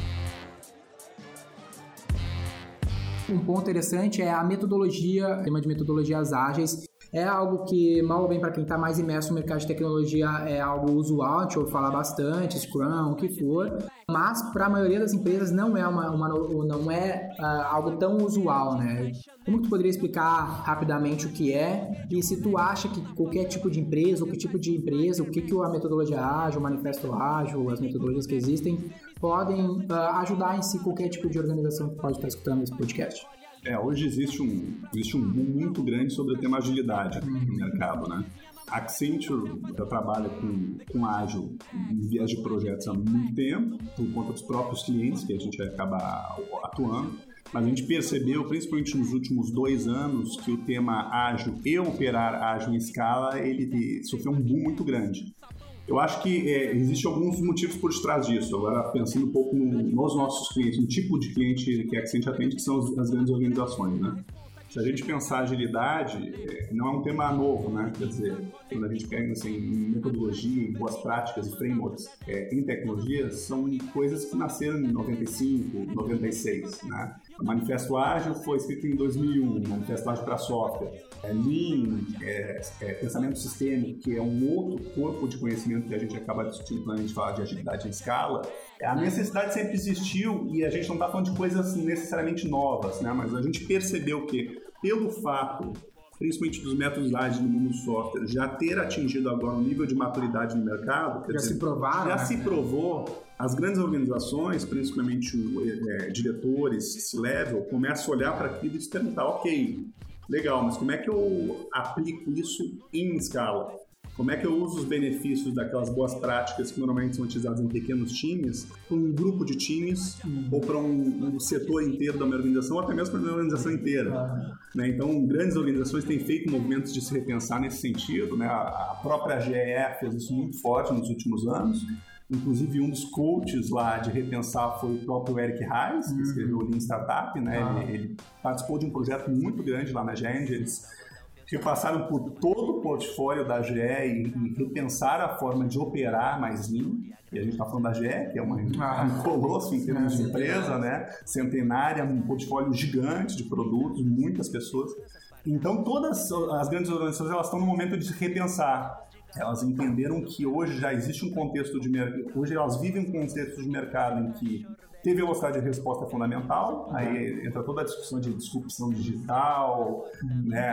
Um ponto interessante é a metodologia, o tema de metodologias ágeis. É algo que, mal ou bem, para quem está mais imerso no mercado de tecnologia, é algo usual, a gente ouve falar bastante, Scrum, o que for, mas para a maioria das empresas não é, uma, uma, não é uh, algo tão usual, né? Como que tu poderia explicar rapidamente o que é e se tu acha que qualquer tipo de empresa, ou que tipo de empresa, o que, que a metodologia ágil, o manifesto ágil, as metodologias que existem, podem uh, ajudar em si qualquer tipo de organização que pode estar escutando esse podcast? É, hoje existe um, existe um boom muito grande sobre o tema agilidade no mercado, né? A Accenture já trabalha com, com ágil em viés de projetos há muito tempo, por conta dos próprios clientes que a gente acaba atuando, mas a gente percebeu, principalmente nos últimos dois anos, que o tema ágil e operar ágil em escala, ele sofreu um boom muito grande. Eu acho que é, existem alguns motivos por trás disso. Agora, pensando um pouco no, nos nossos clientes, no tipo de cliente que a Accenture atende, que são as, as grandes organizações, né? Se a gente pensar agilidade, não é um tema novo, né? Quer dizer, quando a gente pega assim, em metodologia, em boas práticas e frameworks é, em tecnologia, são coisas que nasceram em noventa e cinco, noventa e seis, né? O Manifesto Ágil foi escrito em dois mil e um, Manifesto Ágil para Software. É, Lean, é, é, pensamento sistêmico, que é um outro corpo de conhecimento que a gente acaba discutindo quando a gente fala de agilidade em escala. A necessidade sempre existiu e a gente não está falando de coisas necessariamente novas, né? Mas a gente percebeu que, pelo fato, principalmente dos métodos ágeis no mundo do software, já ter atingido agora um nível de maturidade no mercado, quer já dizer, se provaram, já né? se provou. As grandes organizações, principalmente é, diretores, C-level, começam a olhar para aquilo e se perguntar, ok, legal, mas como é que eu aplico isso em escala? Como é que eu uso os benefícios daquelas boas práticas que normalmente são utilizadas em pequenos times para um grupo de times uhum. ou para um, um setor inteiro da minha organização ou até mesmo para a minha organização inteira? Uhum. Né? Então, grandes organizações têm feito movimentos de se repensar nesse sentido. Né? A, a própria G E F fez isso muito forte nos últimos anos. Inclusive, um dos coaches lá de repensar foi o próprio Eric Ries, que uhum. escreveu o Lean Startup. Né? Ah. Ele, ele participou de um projeto muito grande lá na Gend. Eles repassaram por todo o portfólio da G E e, e repensaram a forma de operar mais Lean. E a gente está falando da G E, que é uma, ah. um colosso em termos de empresa, né? Centenária, um portfólio gigante de produtos, muitas pessoas. Então, todas as grandes organizações elas estão no momento de se repensar. Elas entenderam que hoje já existe um contexto de mercado, hoje elas vivem um contexto de mercado em que ter velocidade de resposta é fundamental, uhum. aí entra toda a discussão de disrupção digital, uhum. né,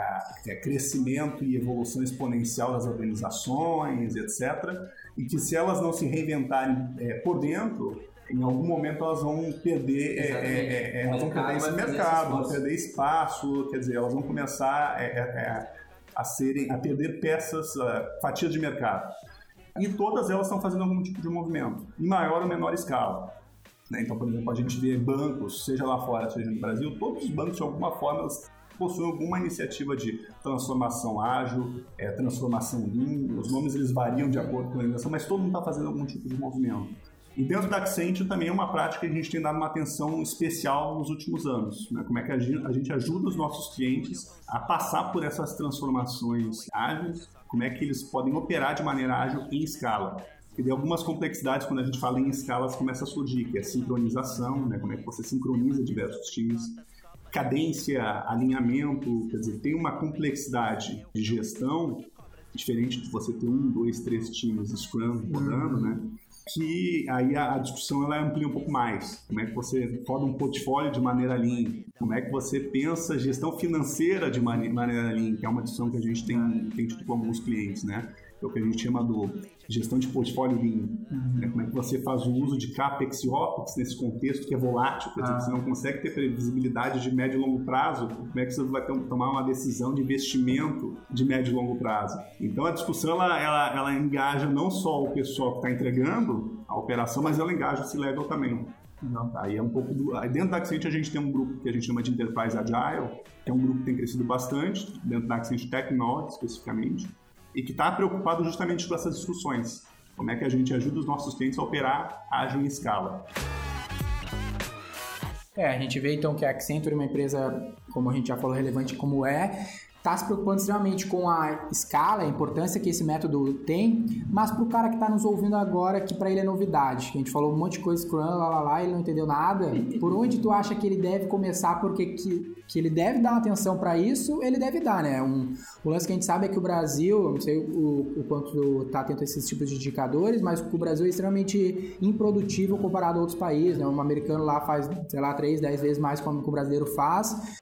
é, crescimento e evolução exponencial das organizações, etcétera. E que se elas não se reinventarem é, por dentro, em algum momento elas vão perder, é, é, é, elas vão perder esse mercado, vão perder espaço, quer dizer, elas vão começar é, é, a, serem, a perder peças, uh, fatias de mercado. E todas elas estão fazendo algum tipo de movimento, em maior ou menor escala. Né? Então, por exemplo, a gente vê bancos, seja lá fora, seja no Brasil, todos os bancos, de alguma forma, possuem alguma iniciativa de transformação ágil, é, transformação Lean. Os nomes eles variam de acordo com a organização, mas todo mundo está fazendo algum tipo de movimento. E dentro da Accenture também é uma prática que a gente tem dado uma atenção especial nos últimos anos. Né? Como é que a gente ajuda os nossos clientes a passar por essas transformações ágeis, como é que eles podem operar de maneira ágil em escala. E de algumas complexidades, quando a gente fala em escalas, começa a surgir, que é a sincronização, né? Como é que você sincroniza diversos times, cadência, alinhamento, quer dizer, tem uma complexidade de gestão diferente de você ter um, dois, três times Scrum rodando, uhum. né? Que aí a, a discussão ela amplia um pouco mais. Como é que você roda um portfólio de maneira Lean? Como é que você pensa gestão financeira de mane- maneira Lean? Que é uma discussão que a gente tem, tem tido com alguns clientes, né? É o que a gente chama de gestão de portfólio Lean. Uhum. Né? Como é que você faz o uso de CAPEX e OPEX nesse contexto que é volátil, quer dizer, ah. você não consegue ter previsibilidade de médio e longo prazo, como é que você vai ter, tomar uma decisão de investimento de médio e longo prazo? Então a discussão ela, ela, ela engaja não só o pessoal que está entregando a operação, mas ela engaja o C-Level também. Não, tá. Aí é um pouco do... Aí dentro da Accenture a gente tem um grupo que a gente chama de Enterprise Agile, que é um grupo que tem crescido bastante, dentro da Accenture Technology especificamente, e que está preocupado justamente com essas discussões. Como é que a gente ajuda os nossos clientes a operar ágil em escala. É, a gente vê então que a Accenture é uma empresa, como a gente já falou, relevante como é, está se preocupando extremamente com a escala, a importância que esse método tem, mas para o cara que está nos ouvindo agora, que para ele é novidade, que a gente falou um monte de coisa, Scrum, lá, lá, lá, ele não entendeu nada, por onde tu acha que ele deve começar, porque que, que ele deve dar atenção para isso, ele deve dar, né? Um, o lance que a gente sabe é que o Brasil, não sei o, o quanto está atento a esses tipos de indicadores, mas o Brasil é extremamente improdutivo comparado a outros países, né? Um americano lá faz, sei lá, três, dez vezes mais como o brasileiro faz,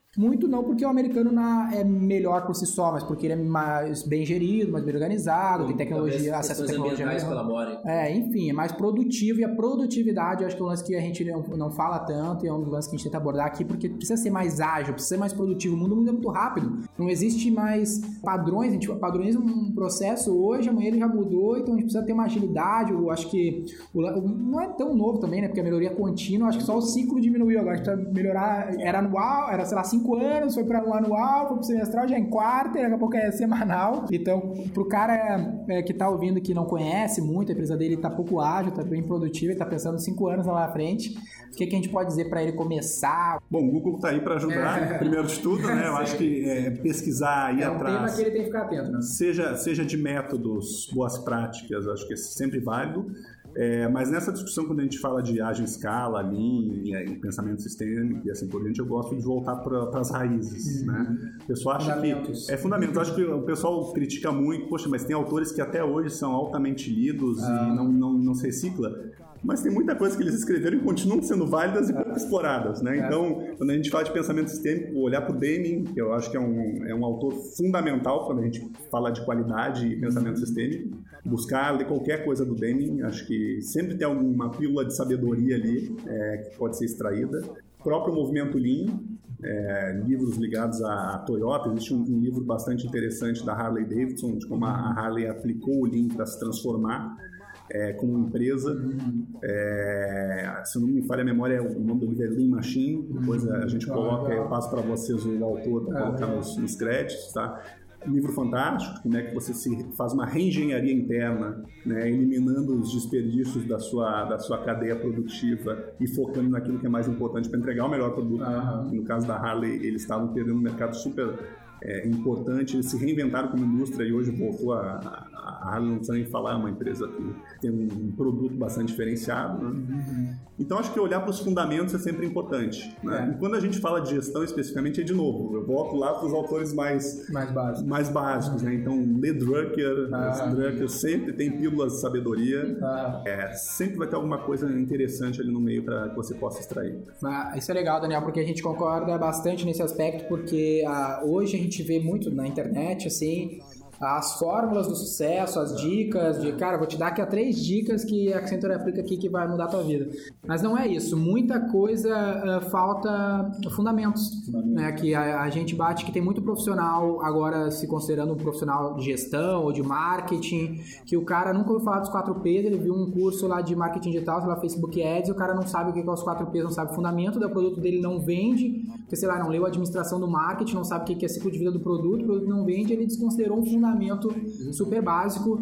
Muito não porque o americano na, é melhor por si só, mas porque ele é mais bem gerido, mais bem organizado, Bom, tem tecnologia, acesso à tecnologia melhor. É, enfim, é mais produtivo, e a produtividade eu acho que é um lance que a gente não, não fala tanto, e é um dos lances que a gente tenta abordar aqui, porque precisa ser mais ágil, precisa ser mais produtivo, o mundo muda muito rápido, não existe mais padrões, a gente padroniza um processo hoje, amanhã ele já mudou, então a gente precisa ter uma agilidade. Eu acho que o, não é tão novo também, né, porque a melhoria contínua, acho que só o ciclo diminuiu, agora a gente precisa melhorar, era anual, era sei lá, cinco anos, foi para um anual, foi para semestral, já é em quarta, e daqui a pouco é semanal. Então, pro cara é, que tá ouvindo que não conhece muito, a empresa dele tá pouco ágil, tá bem produtiva, ele tá pensando cinco anos lá na frente, o que, que a gente pode dizer para ele começar? Bom, o Google tá aí para ajudar, é. primeiro de tudo, né? Eu acho que é, pesquisar, ir é um atrás. Tema que ele tem que ficar atento, né? Seja, seja de métodos, boas práticas, eu acho que é sempre válido. É, mas nessa discussão, quando a gente fala de ágil escala, linha e pensamento sistêmico e assim por diante, eu gosto de voltar para as raízes, uhum. né? O pessoal acha que é fundamental. Eu acho que o pessoal critica muito, poxa, mas tem autores que até hoje são altamente lidos ah. e não, não, não se recicla. Mas tem muita coisa que eles escreveram e continuam sendo válidas e pouco exploradas, né? Então, quando a gente fala de pensamento sistêmico, olhar para o Deming, que eu acho que é um, é um autor fundamental quando a gente fala de qualidade e pensamento sistêmico, buscar ler qualquer coisa do Deming, acho que sempre tem alguma pílula de sabedoria ali é, que pode ser extraída. O próprio movimento Lean, é, livros ligados à Toyota, existe um, um livro bastante interessante da Harley Davidson, de como a Harley aplicou o Lean para se transformar É, como empresa. Uhum. É, se não me falha a memória, o nome do livro é Lean Machine. Depois uhum. a gente coloca, eu passo para vocês o autor para colocar nos, nos créditos, tá? Um livro fantástico, como é que você se faz uma reengenharia interna, né, eliminando os desperdícios da sua, da sua cadeia produtiva e focando naquilo que é mais importante para entregar o melhor produto. Uhum. No caso da Harley, eles estavam perdendo um mercado super É importante, eles se reinventaram como indústria e hoje voltou a, a, a Harley, não precisa nem falar, é uma empresa que tem um, um produto bastante diferenciado, né? Uhum. Então acho que olhar para os fundamentos é sempre importante, né? É. E quando a gente fala de gestão especificamente, é de novo, eu volto lá para os autores mais, mais básicos, mais básicos uhum. né? Então Lee Drucker, ah, Drucker sempre tem pílulas de sabedoria, ah. é, sempre vai ter alguma coisa interessante ali no meio para que você possa extrair. Ah, isso é legal, Daniel, porque a gente concorda bastante nesse aspecto, porque ah, hoje a gente A gente vê muito na internet, assim, as fórmulas do sucesso, as dicas de, cara, vou te dar aqui a três dicas que a Accenture aplica aqui que vai mudar a tua vida. Mas não é isso. Muita coisa uh, falta fundamentos, Fundamento. né? Que a, a gente bate que tem muito profissional agora se considerando um profissional de gestão ou de marketing, que o cara nunca ouviu falar dos quatro P's, ele viu um curso lá de marketing digital, sei lá, Facebook Ads, e o cara não sabe o que é os quatro P's, não sabe o fundamento do produto dele, não vende, porque, sei lá, não leu a administração do marketing, não sabe o que é ciclo de vida do produto, o produto não vende, ele desconsiderou um fundamento super básico,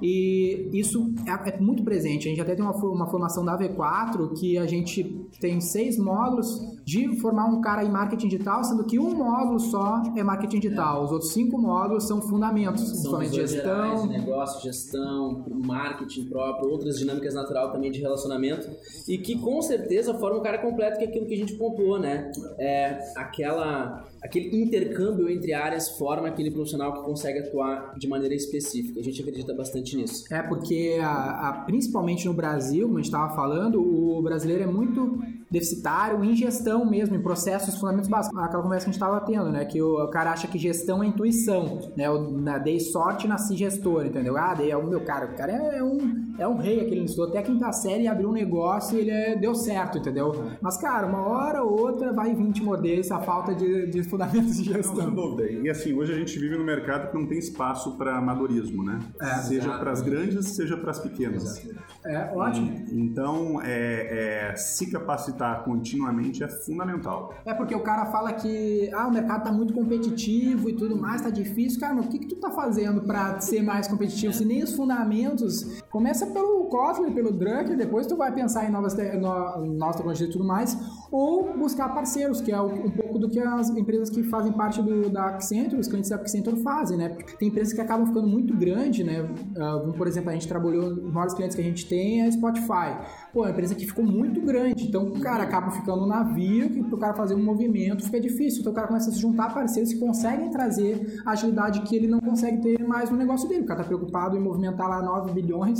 e isso é, é muito presente. A gente até tem uma, uma formação da V quatro que a gente tem seis módulos de formar um cara em marketing digital, sendo que um módulo só é marketing digital, os outros cinco módulos são fundamentos, são gestão, de negócio, gestão, marketing próprio, outras dinâmicas naturais também de relacionamento, e que com certeza formam um cara completo, que é aquilo que a gente pontuou, né? É aquela, aquele intercâmbio entre áreas forma aquele profissional que consegue atuar de maneira específica. A gente acredita bastante nisso. É porque, a, a, principalmente no Brasil, como a gente estava falando, o brasileiro é muito deficitário em gestão mesmo, em processos, fundamentos básicos. Aquela conversa que a gente estava tendo, né? Que o, o cara acha que gestão é intuição, né? Eu na, dei sorte e nasci gestor, entendeu? Ah, dei, é o meu cara. O cara é, é, um, é um rei, aquele estudou até a quinta série e abriu um negócio e ele é, deu certo, entendeu? Mas, cara, uma hora ou outra vai vir te morder essa falta de, de fundamentos de gestão. Não, sem dúvida. E assim, hoje a gente vive num mercado que não tem espaço para amadorismo, né? É, seja para as grandes, seja para as pequenas. Exato. É, ótimo. E, então, é, é, se capacitar continuamente é fundamental. É porque o cara fala que ah, o mercado tá muito competitivo e tudo mais, tá difícil. Cara, mas o que que tu tá fazendo para ser mais competitivo? Se nem os fundamentos... Começa pelo Kotler, pelo Drucker, depois tu vai pensar em novas, te... no... novas tecnologias e tudo mais, ou buscar parceiros, que é um pouco do que as empresas que fazem parte do, da Accenture, os clientes da Accenture fazem, né? Tem empresas que acabam ficando muito grandes, né? Uh, por exemplo, a gente trabalhou, os maiores clientes que a gente tem é a Spotify. Pô, é uma empresa que ficou muito grande, então o cara acaba ficando no navio, que pro cara fazer um movimento fica difícil, então o cara começa a se juntar a parceiros que conseguem trazer a agilidade que ele não consegue ter mais no negócio dele. O cara tá preocupado em movimentar lá nove bilhões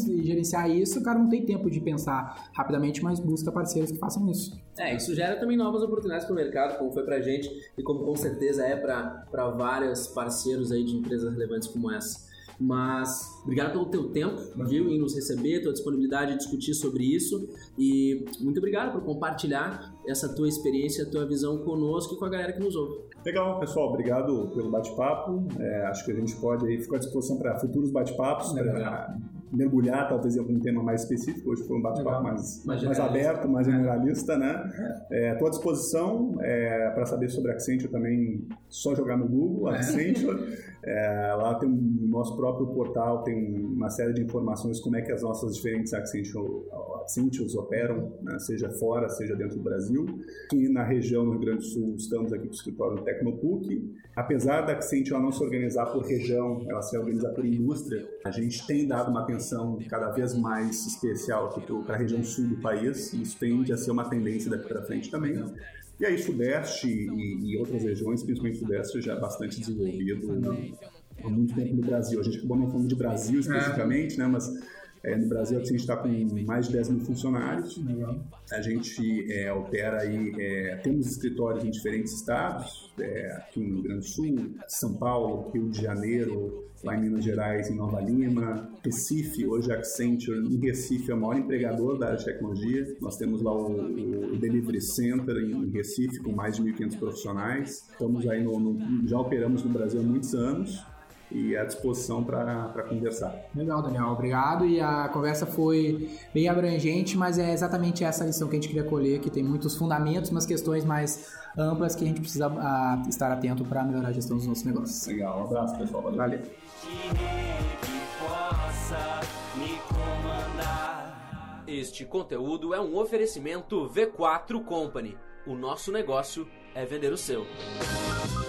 e gerenciar isso, o cara não tem tempo de pensar rapidamente, mas busca parceiros que façam isso. É, isso gera também novas oportunidades para o mercado, como foi pra gente e como com certeza é para vários parceiros aí de empresas relevantes como essa. Mas obrigado pelo teu tempo, viu, em nos receber, tua disponibilidade de discutir sobre isso e muito obrigado por compartilhar essa tua experiência, a tua visão conosco e com a galera que nos ouve. Legal, pessoal, obrigado pelo bate-papo. É, acho que a gente pode aí ficar à disposição para futuros bate-papos, para mergulhar talvez em algum tema mais específico. Hoje foi um bate-papo mais, mais, mais aberto, mais generalista, né? Estou é, à disposição é, para saber sobre a Accenture também, só jogar no Google, Accenture. É, lá tem o nosso próprio portal, tem uma série de informações como é que as nossas diferentes Accenture, Accentures operam, né? Seja fora, seja dentro do Brasil. Aqui na região, no Rio Grande do Sul, estamos aqui com o escritório do Tecnopuc. Apesar da Accenture não se organizar por região, ela se organiza por indústria, a gente tem dado uma atenção cada vez mais especial para a região sul do país, e isso tende a ser uma tendência daqui para frente também. E aí, Sudeste e, e outras regiões, principalmente Sudeste, já é bastante desenvolvido há muito tempo no Brasil. A gente acabou não falando de Brasil especificamente, né, mas é, no Brasil a gente está com mais de dez mil funcionários. A gente é, opera aí, é, temos escritórios em diferentes estados, é, aqui no Rio Grande do Sul, São Paulo, Rio de Janeiro, lá em Minas Gerais, em Nova Lima, Recife. Hoje a Accenture em Recife é o maior empregador da área de tecnologia. Nós temos lá o, o Delivery Center em Recife com mais de mil e quinhentos profissionais. Estamos aí no, no, já operamos no Brasil há muitos anos e à disposição para conversar. Legal, Daniel, obrigado. E a conversa foi bem abrangente, mas é exatamente essa lição que a gente queria colher, que tem muitos fundamentos, mas questões mais amplas que a gente precisa a, estar atento para melhorar a gestão dos nossos negócios. Legal, um abraço, pessoal. Valeu. Valeu. Este conteúdo é um oferecimento V quatro Company. O nosso negócio é vender o seu.